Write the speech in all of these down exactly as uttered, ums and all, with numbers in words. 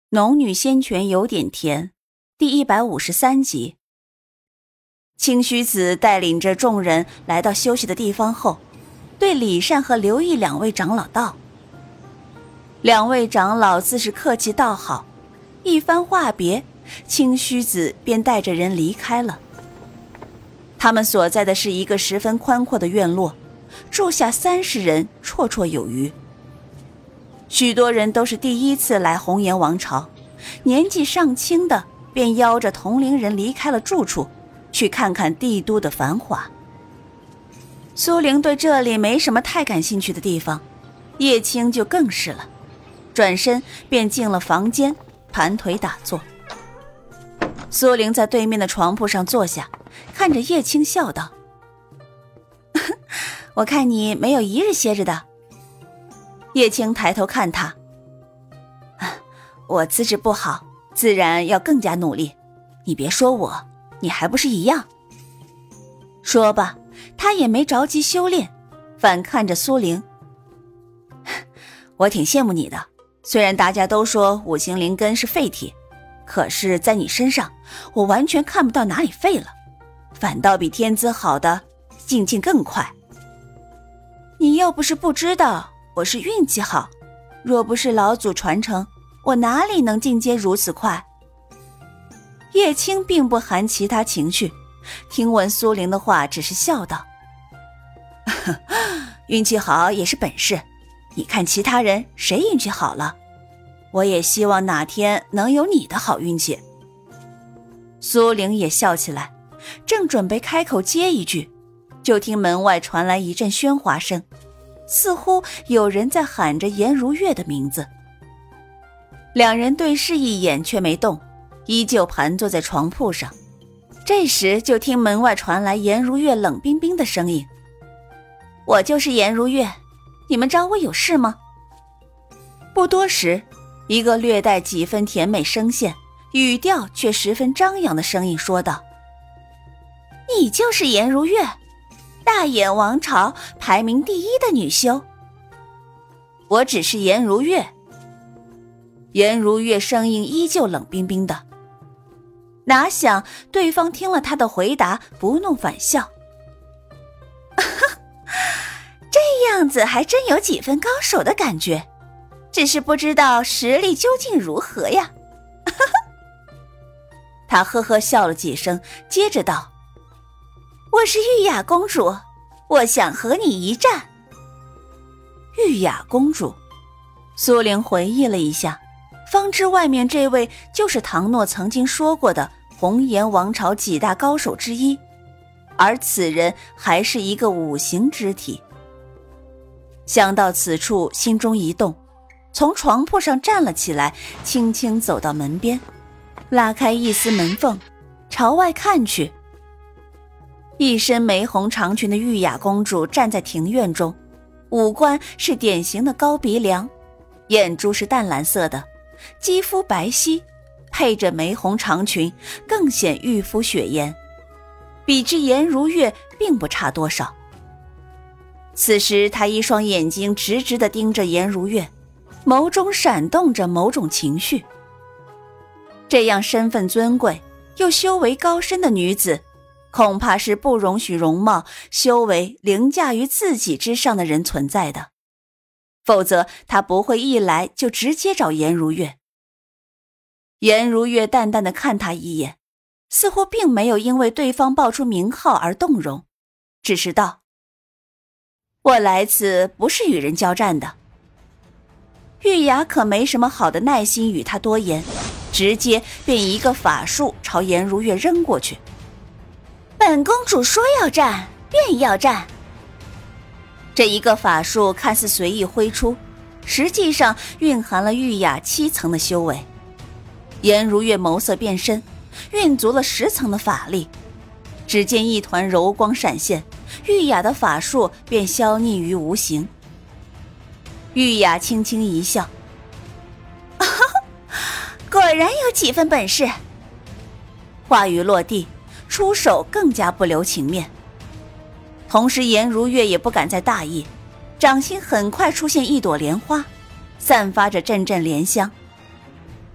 农女仙泉有点甜第一百五十三集。清虚子带领着众人来到休息的地方后，对李善和刘毅两位长老道：两位长老自是客气道好，一番话别，清虚子便带着人离开了。他们所在的是一个十分宽阔的院落，住下三十人绰绰有余。许多人都是第一次来红颜王朝，年纪尚轻的便邀着同龄人离开了住处，去看看帝都的繁华。苏玲对这里没什么太感兴趣的地方，叶青就更是了，转身便进了房间，盘腿打坐。苏玲在对面的床铺上坐下，看着叶青笑道：我看你没有一日歇着的。叶青抬头看他，我资质不好，自然要更加努力，你别说我，你还不是一样。说吧，他也没着急修炼，反看着苏玲，我挺羡慕你的，虽然大家都说五行灵根是废体，可是在你身上我完全看不到哪里废了，反倒比天资好的进进更快。你又不是不知道我是运气好，若不是老祖传承，我哪里能进阶如此快？叶青并不含其他情绪，听闻苏玲的话只是笑道：运气好也是本事，你看其他人谁运气好了？我也希望哪天能有你的好运气。苏玲也笑起来，正准备开口接一句，就听门外传来一阵喧哗声，似乎有人在喊着颜如月的名字。两人对视一眼却没动，依旧盘坐在床铺上。这时就听门外传来颜如月冷冰冰的声音：我就是颜如月，你们找我有事吗？不多时，一个略带几分甜美声线，语调却十分张扬的声音说道：你就是颜如月，大眼王朝排名第一的女修。我只是颜如月。颜如月声音依旧冷冰冰的，哪想对方听了他的回答，不怒反笑这样子还真有几分高手的感觉，只是不知道实力究竟如何呀他呵呵笑了几声，接着道：我是玉雅公主，我想和你一战。玉雅公主？苏玲回忆了一下，方知外面这位就是唐诺曾经说过的红颜王朝几大高手之一，而此人还是一个五行之体。想到此处，心中一动，从床铺上站了起来，轻轻走到门边，拉开一丝门缝，朝外看去。一身玫红长裙的玉雅公主站在庭院中，五官是典型的高鼻梁，眼珠是淡蓝色的，肌肤白皙，配着玫红长裙，更显玉肤雪颜，比之颜如月并不差多少。此时她一双眼睛直直地盯着颜如月，眸中闪动着某种情绪。这样身份尊贵又修为高深的女子，恐怕是不容许容貌修为凌驾于自己之上的人存在的，否则她不会一来就直接找颜如月。颜如月淡淡地看他一眼，似乎并没有因为对方报出名号而动容，只是道：我来此不是与人交战的。玉雅可没什么好的耐心与他多言，直接便一个法术朝颜如月扔过去。本公主说要战便要战。这一个法术看似随意挥出，实际上蕴含了玉雅七层的修为。颜如月眸色变深，运足了十层的法力，只见一团柔光闪现，玉雅的法术便消匿于无形。玉雅轻轻一笑果然有几分本事。话语落地，出手更加不留情面。同时颜如月也不敢再大意，掌心很快出现一朵莲花，散发着阵阵莲香。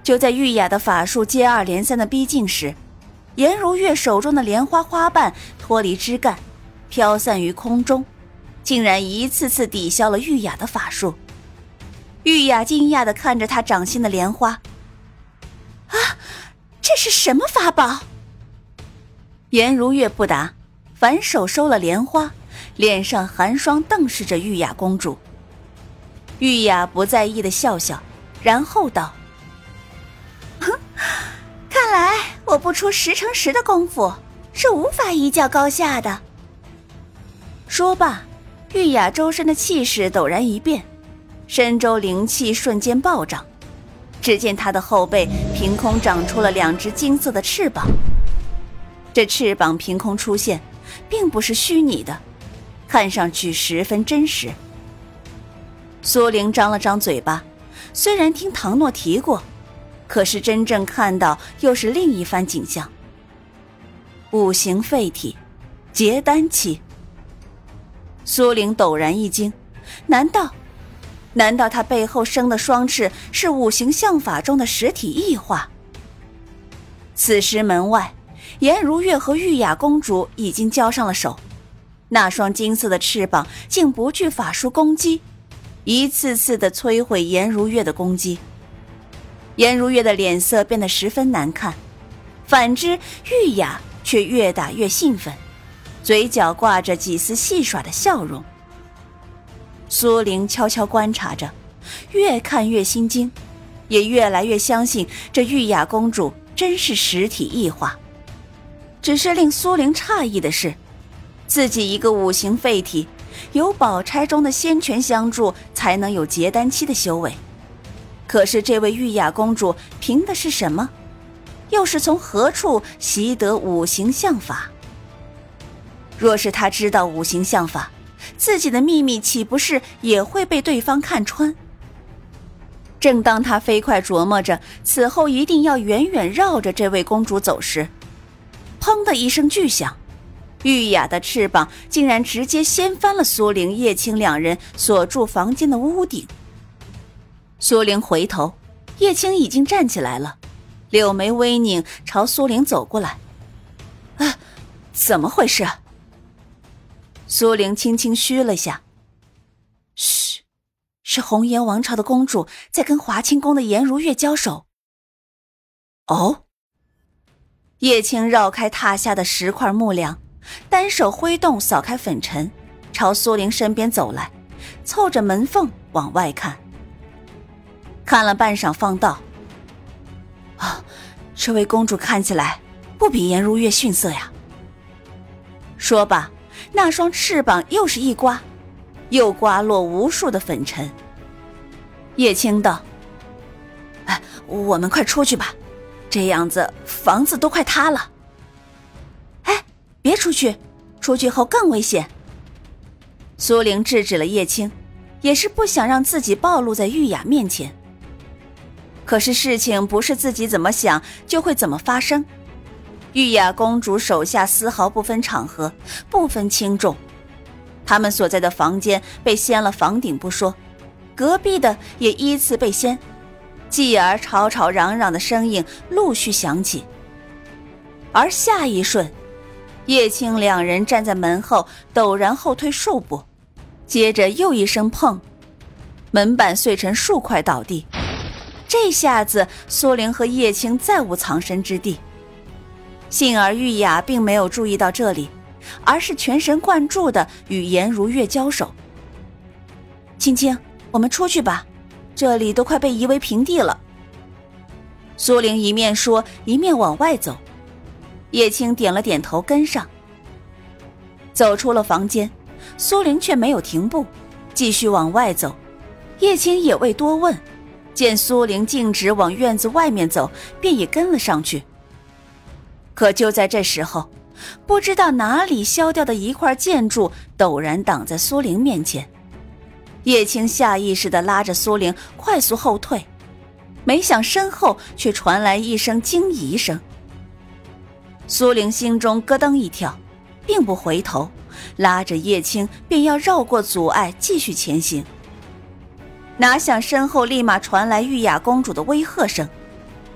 就在玉雅的法术接二连三的逼近时，颜如月手中的莲花花瓣脱离枝干，飘散于空中，竟然一次次抵消了玉雅的法术。玉雅惊讶地看着她掌心的莲花，啊，这是什么法宝？颜如月不答，反手收了莲花，脸上寒霜瞪视着玉雅公主。玉雅不在意地笑笑，然后道：哼，看来我不出十成十的功夫，是无法一较高下的。说罢，玉雅周身的气势陡然一变，身周灵气瞬间暴涨，只见她的后背凭空长出了两只金色的翅膀。这翅膀凭空出现，并不是虚拟的，看上去十分真实。苏玲张了张嘴巴，虽然听唐诺提过，可是真正看到又是另一番景象。五行废体，结丹期。苏玲陡然一惊，难道难道她背后生的双翅是五行相法中的实体异化？此时门外，颜如月和玉雅公主已经交上了手，那双金色的翅膀竟不惧法术攻击，一次次地摧毁颜如月的攻击。颜如月的脸色变得十分难看，反之玉雅却越打越兴奋，嘴角挂着几丝戏耍的笑容。苏玲悄悄观察着，越看越心惊，也越来越相信这玉雅公主真是实体异化。只是令苏玲诧异的是，自己一个五行废体，有宝钗中的仙泉相助，才能有结丹期的修为。可是这位玉雅公主凭的是什么？又是从何处习得五行相法？若是她知道五行相法，自己的秘密岂不是也会被对方看穿？正当她飞快琢磨着此后一定要远远绕着这位公主走时，砰的一声巨响，玉雅的翅膀竟然直接掀翻了苏玲、叶青两人所住房间的屋顶。苏玲回头，叶青已经站起来了，柳眉微拧，朝苏玲走过来。啊，怎么回事？苏玲轻轻嘘了下。嘘，是红颜王朝的公主在跟华清宫的颜如月交手。哦。叶青绕开榻下的十块木梁，单手挥动扫开粉尘，朝苏玲身边走来，凑着门缝往外看。看了半晌方道：啊，这位公主看起来不比颜如月逊色呀。说罢，那双翅膀又是一刮，又刮落无数的粉尘。叶青道：哎，我们快出去吧，这样子房子都快塌了。哎，别出去，出去后更危险。苏玲制止了叶青，也是不想让自己暴露在玉雅面前。可是事情不是自己怎么想就会怎么发生。玉雅公主手下丝毫不分场合，不分轻重，他们所在的房间被掀了房顶不说，隔壁的也依次被掀，继而吵吵嚷嚷的声音陆续响起。而下一瞬，叶青两人站在门后陡然后退数步，接着又一声砰，门板碎成数块倒地。这下子苏玲和叶青再无藏身之地。幸而玉雅并没有注意到这里，而是全神贯注地与颜如月交手。青青，我们出去吧，这里都快被夷为平地了。苏玲一面说一面往外走，叶青点了点头跟上。走出了房间，苏玲却没有停步，继续往外走。叶青也未多问，见苏玲径直往院子外面走，便也跟了上去。可就在这时候，不知道哪里削掉的一块建筑陡然挡在苏玲面前。叶青下意识地拉着苏玲快速后退，没想身后却传来一声惊疑声。苏玲心中咯噔一跳，并不回头，拉着叶青便要绕过阻碍继续前行。哪想身后立马传来玉雅公主的威吓声，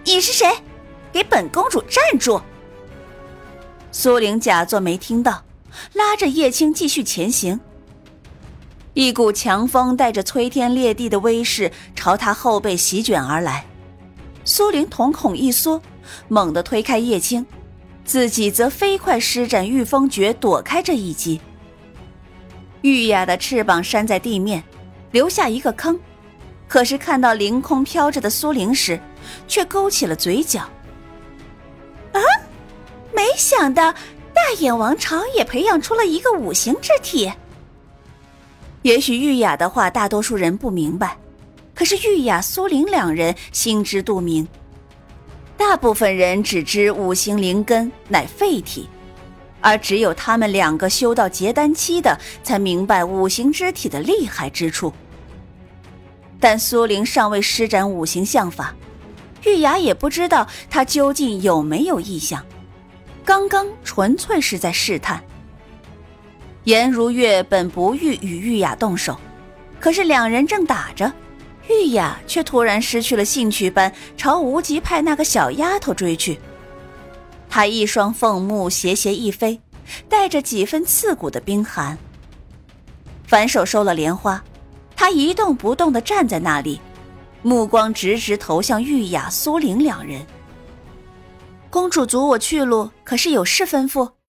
你是谁？给本公主站住！苏玲假作没听到，拉着叶青继续前行。一股强风带着摧天裂地的威势朝她后背席卷而来，苏玲瞳孔一缩，猛地推开叶青，自己则飞快施展御风诀躲开这一击。玉雅的翅膀扇在地面，留下一个坑，可是看到凌空飘着的苏玲时，却勾起了嘴角。啊，没想到大眼王朝也培养出了一个五行之体。也许玉雅的话大多数人不明白，可是玉雅、苏玲两人心知肚明。大部分人只知五行灵根乃废体，而只有他们两个修到结丹期的才明白五行之体的厉害之处。但苏玲尚未施展五行相法，玉雅也不知道她究竟有没有异象，刚刚纯粹是在试探。颜如月本不欲与玉雅动手，可是两人正打着，玉雅却突然失去了兴趣般朝无极派那个小丫头追去。她一双凤目斜斜一飞，带着几分刺骨的冰寒。反手收了莲花，她一动不动地站在那里，目光直直投向玉雅、苏玲两人。公主阻我去路，可是有事吩咐？